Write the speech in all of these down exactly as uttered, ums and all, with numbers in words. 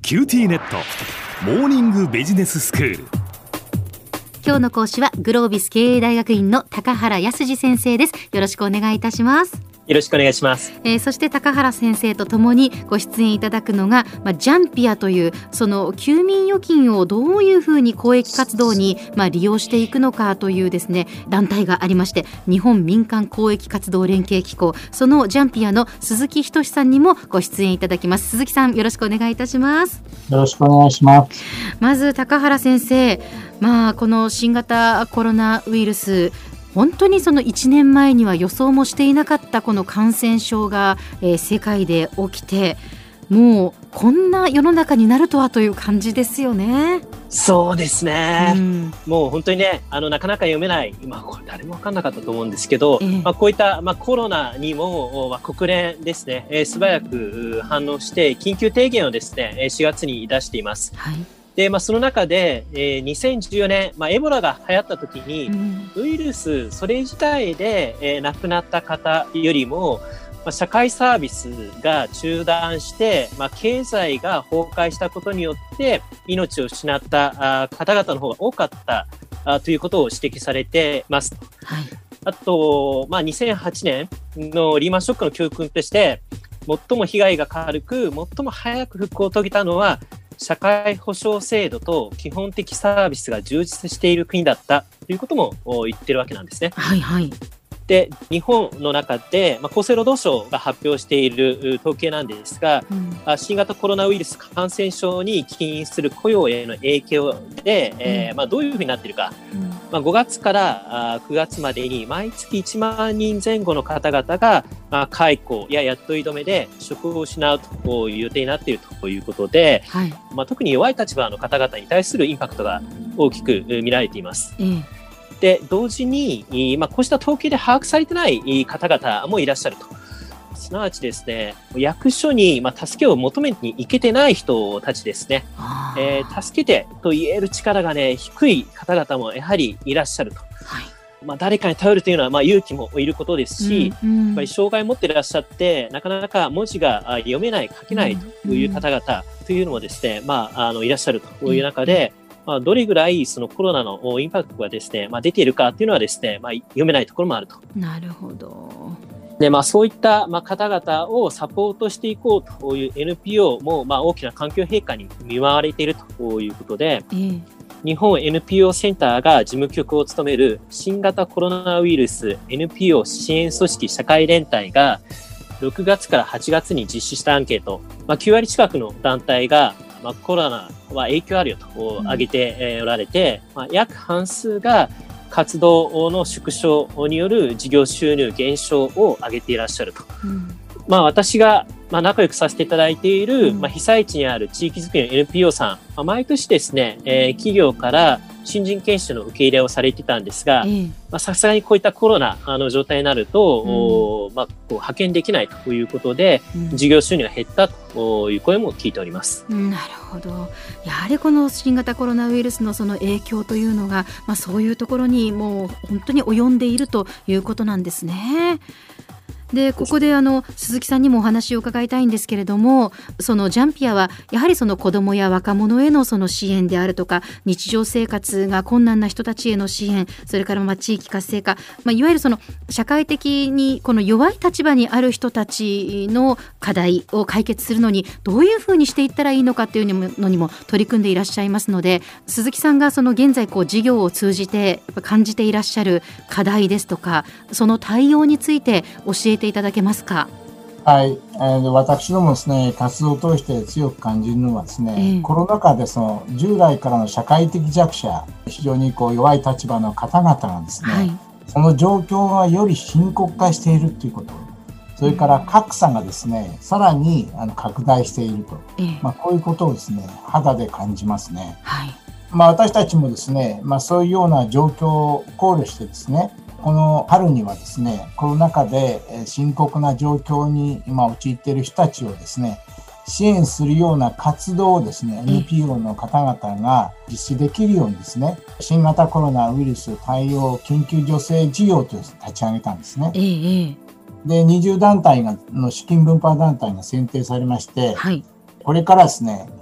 キューティーネットモーニングビジネススクール。 今日の講師はグロービス経営大学院の高原康二先生です。よろしくお願いいたします。 よろしくお願いします。 えー、そして高原先生とともにご出演いただくのが、まあ、ジャンピアというその休眠預金をどういうふうに公益活動に、まあ、利用していくのかというですね団体がありまして、日本民間公益活動連携機構、そのジャンピアの鈴木仁さんにもご出演いただきます。鈴木さん、よろしくお願いいたします。 よろしくお願いします。 まず高原先生、まあ、この新型コロナウイルス、本当にそのいちねんまえには予想もしていなかったこの感染症が、えー、世界で起きて、もうこんな世の中になるとはという感じですよね。 そうですね、うん、もう本当にね、あのなかなか読めない、今これ誰も分かんなかったと思うんですけど、えーまあ、こういった、まあ、コロナにも、まあ、国連ですね、えー、素早く反応して緊急提言をですねしがつに出しています。はい。で、まあ、その中で、えー、にせんじゅうよねん、まあ、エボラが流行った時に、うん、ウイルスそれ自体で、えー、亡くなった方よりも、まあ、社会サービスが中断して、まあ、経済が崩壊したことによって命を失ったあ方々の方が多かったあということを指摘されてます。はい。あと、まあ、にせんはちねんのリーマンショックの教訓として最も被害が軽く最も早く復興を遂げたのは社会保障制度と基本的サービスが充実している国だったということも言ってるわけなんですね。はいはい。で、日本の中で、まあ、厚生労働省が発表している統計なんですが、うん、新型コロナウイルス感染症に起因する雇用への影響で、うんえーまあ、どういうふうになっているか、うんまあ、ごがつからくがつまでに毎月いちまんにんぜん後の方々が、まあ、解雇や雇い止めで職を失うという予定になっているということで、はいまあ、特に弱い立場の方々に対するインパクトが大きく見られています。うんで同時に、まあ、こうした統計で把握されてない方々もいらっしゃると。すなわちですね、役所に、まあ、助けを求めに行けてない人たちですね、えー、助けてと言える力がね、低い方々もやはりいらっしゃると。はいまあ、誰かに頼るというのは、まあ、勇気もいることですし、うんうん、やっぱり障害を持っていらっしゃって、なかなか文字が読めない、書けないという方々というのもですね、まあ、あのいらっしゃるという中で、うんまあ、どれぐらいそのコロナのインパクトがですね、まあ、出ているかというのはですね、まあ、読めないところもあると。 なるほど。 で、まあ、そういったまあ方々をサポートしていこうという エヌピーオー もまあ大きな環境変化に見舞われているということで、えー、日本 エヌピーオー センターが事務局を務める新型コロナウイルス エヌピーオー 支援組織社会連帯がろくがつからはちがつに実施したアンケート、まあ、きゅうわり近くの団体がまあ、コロナは影響あるよと挙げておられて、うんまあ、約半数が活動の縮小による事業収入減少を挙げていらっしゃると。うんまあ、私がまあ仲良くさせていただいている、まあ、被災地にある地域づくりの エヌピーオー さん、まあ、毎年ですね、えー、企業から新人研修の受け入れをされていたんですが、さすがにこういったコロナの状態になると、うんまあ、こう派遣できないということで、うん、事業収入が減ったという声も聞いております。 なるほど。やはりこの新型コロナウイルスのその影響というのが、まあ、そういうところにもう本当に及んでいるということなんですね。でここであの鈴木さんにもお話を伺いたいんですけれども、そのジャンピアはやはりその子どもや若者へのその支援であるとか、日常生活が困難な人たちへの支援、それからまあ地域活性化、まあ、いわゆるその社会的にこの弱い立場にある人たちの課題を解決するのにどういうふうにしていったらいいのかというのにも取り組んでいらっしゃいますので、鈴木さんがその現在こう事業を通じてやっぱ感じていらっしゃる課題ですとか、その対応について教えていただけますか。 はい、えー、私どもですね、活動を通して強く感じるのはですね、えー、コロナ禍でその従来からの社会的弱者、非常にこう弱い立場の方々がですね、はい、その状況がより深刻化しているということ、それから格差がですね、さらにあの拡大していると、えーまあ、こういうことをですね、肌で感じますね。はいまあ、私たちもですね、まあ、そういうような状況を考慮してですね、この春にはですね、コロナ禍で深刻な状況に今陥っている人たちをですね、支援するような活動をですね、エヌピーオー の方々が実施できるようにですね、新型コロナウイルス対応緊急助成事業というのを立ち上げたんですね。で、にじゅう団体がの資金分配団体が選定されまして、はい、これからですね、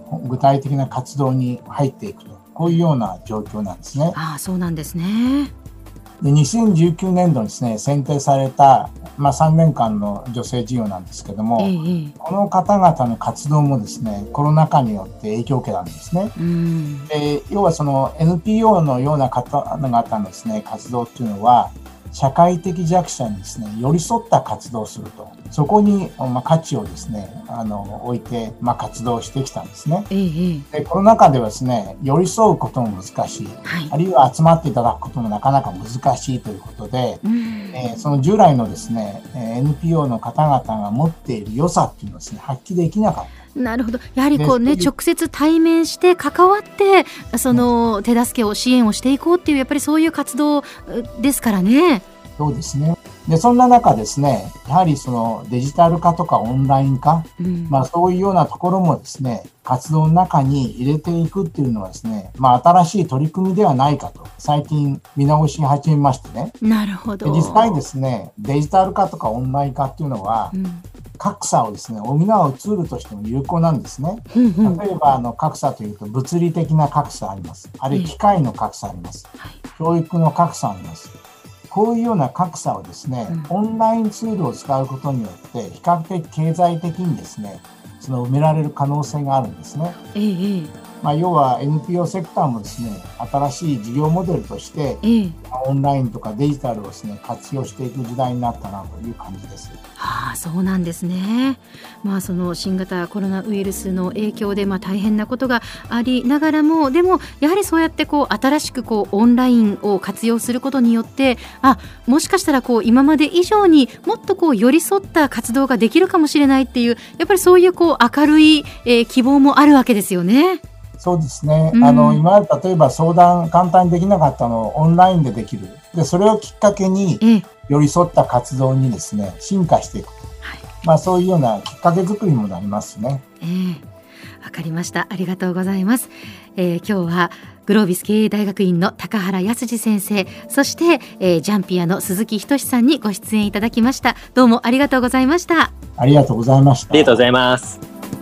具体的な活動に入っていくと、こういうような状況なんですね。 ああ、そうなんですね。 でにせんじゅうきゅうねんどにですね、選定された、まあ、さんねんかんの助成事業なんですけども、ええ、この方々の活動もですね、コロナ禍によって影響を受けたんですね。うん、で要はその エヌピーオー のような方々のですね、活動っていうのは、社会的弱者にですね、寄り添った活動をすると。そこに、まあ、価値をですね、あの、置いて、まあ、活動してきたんですね。ええ、で、コロナ禍ではですね、寄り添うことも難しい。はい、あるいは集まっていただくこともなかなか難しいということで、うん、えー、その従来のですね、エヌピーオー の方々が持っている良さっていうのをですね、発揮できなかった。 なるほど。やはりこうね、直接対面して関わってその手助けを支援をしていこうっていう、やっぱりそういう活動ですからね。 そうですね。でそんな中ですね、やはりそのデジタル化とかオンライン化、うん、まあそういうようなところもですね、活動の中に入れていくっていうのはですね、まあ新しい取り組みではないかと最近見直し始めましてね。 なるほど。 実際ですね、デジタル化とかオンライン化っていうのは、うん、格差をですね、補うツールとしても有効なんですね。うんうん、例えばあの格差というと物理的な格差あります。あるいは機械の格差あります。はい、教育の格差あります。こういうような格差をですね、うん、オンラインツールを使うことによって比較的経済的にですね、その埋められる可能性があるんですね。ええ、まあ、要は エヌピーオー セクターもですね、新しい事業モデルとして、ええ、オンラインとかデジタルをですね、活用していく時代になったなという感じです。 はあ、そうなんですね。まあ、その新型コロナウイルスの影響でまあ大変なことがありながらも、でもやはりそうやってこう新しくこうオンラインを活用することによって、あ、もしかしたらこう今まで以上にもっとこう寄り添った活動ができるかもしれないっていう、やっぱりそういうこう明るい、えー、希望もあるわけですよね。 そうですね。うん、あの今まで例えば相談簡単にできなかったのをオンラインでできる。でそれをきっかけに寄り添った活動にですね、進化していく。はい、まあそういうようなきっかけ作りにもなりますね。 えー、わかりました。ありがとうございます。えー、今日はグロービス経営大学院の高原康次先生、そして、えー、ジャンピアの鈴木仁さんにご出演いただきました。どうもありがとうございました。 ありがとうございました。 ありがとうございます。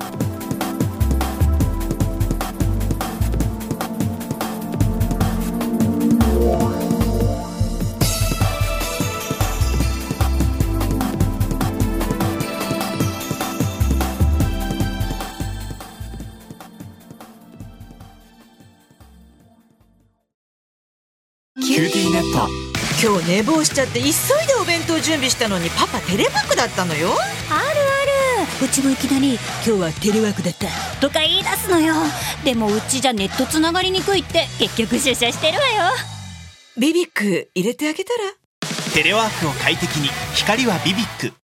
キューティーネット。 今日寝坊しちゃって急いでお弁当準備したのにパパテレワークだったのよ。あるある、うちもいきなり今日はテレワークだったとか言い出すのよ。でもうちじゃネットつながりにくいって結局出社してるわよ。 ビビック入れてあげたら。 テレワークを快適に、光はビビック。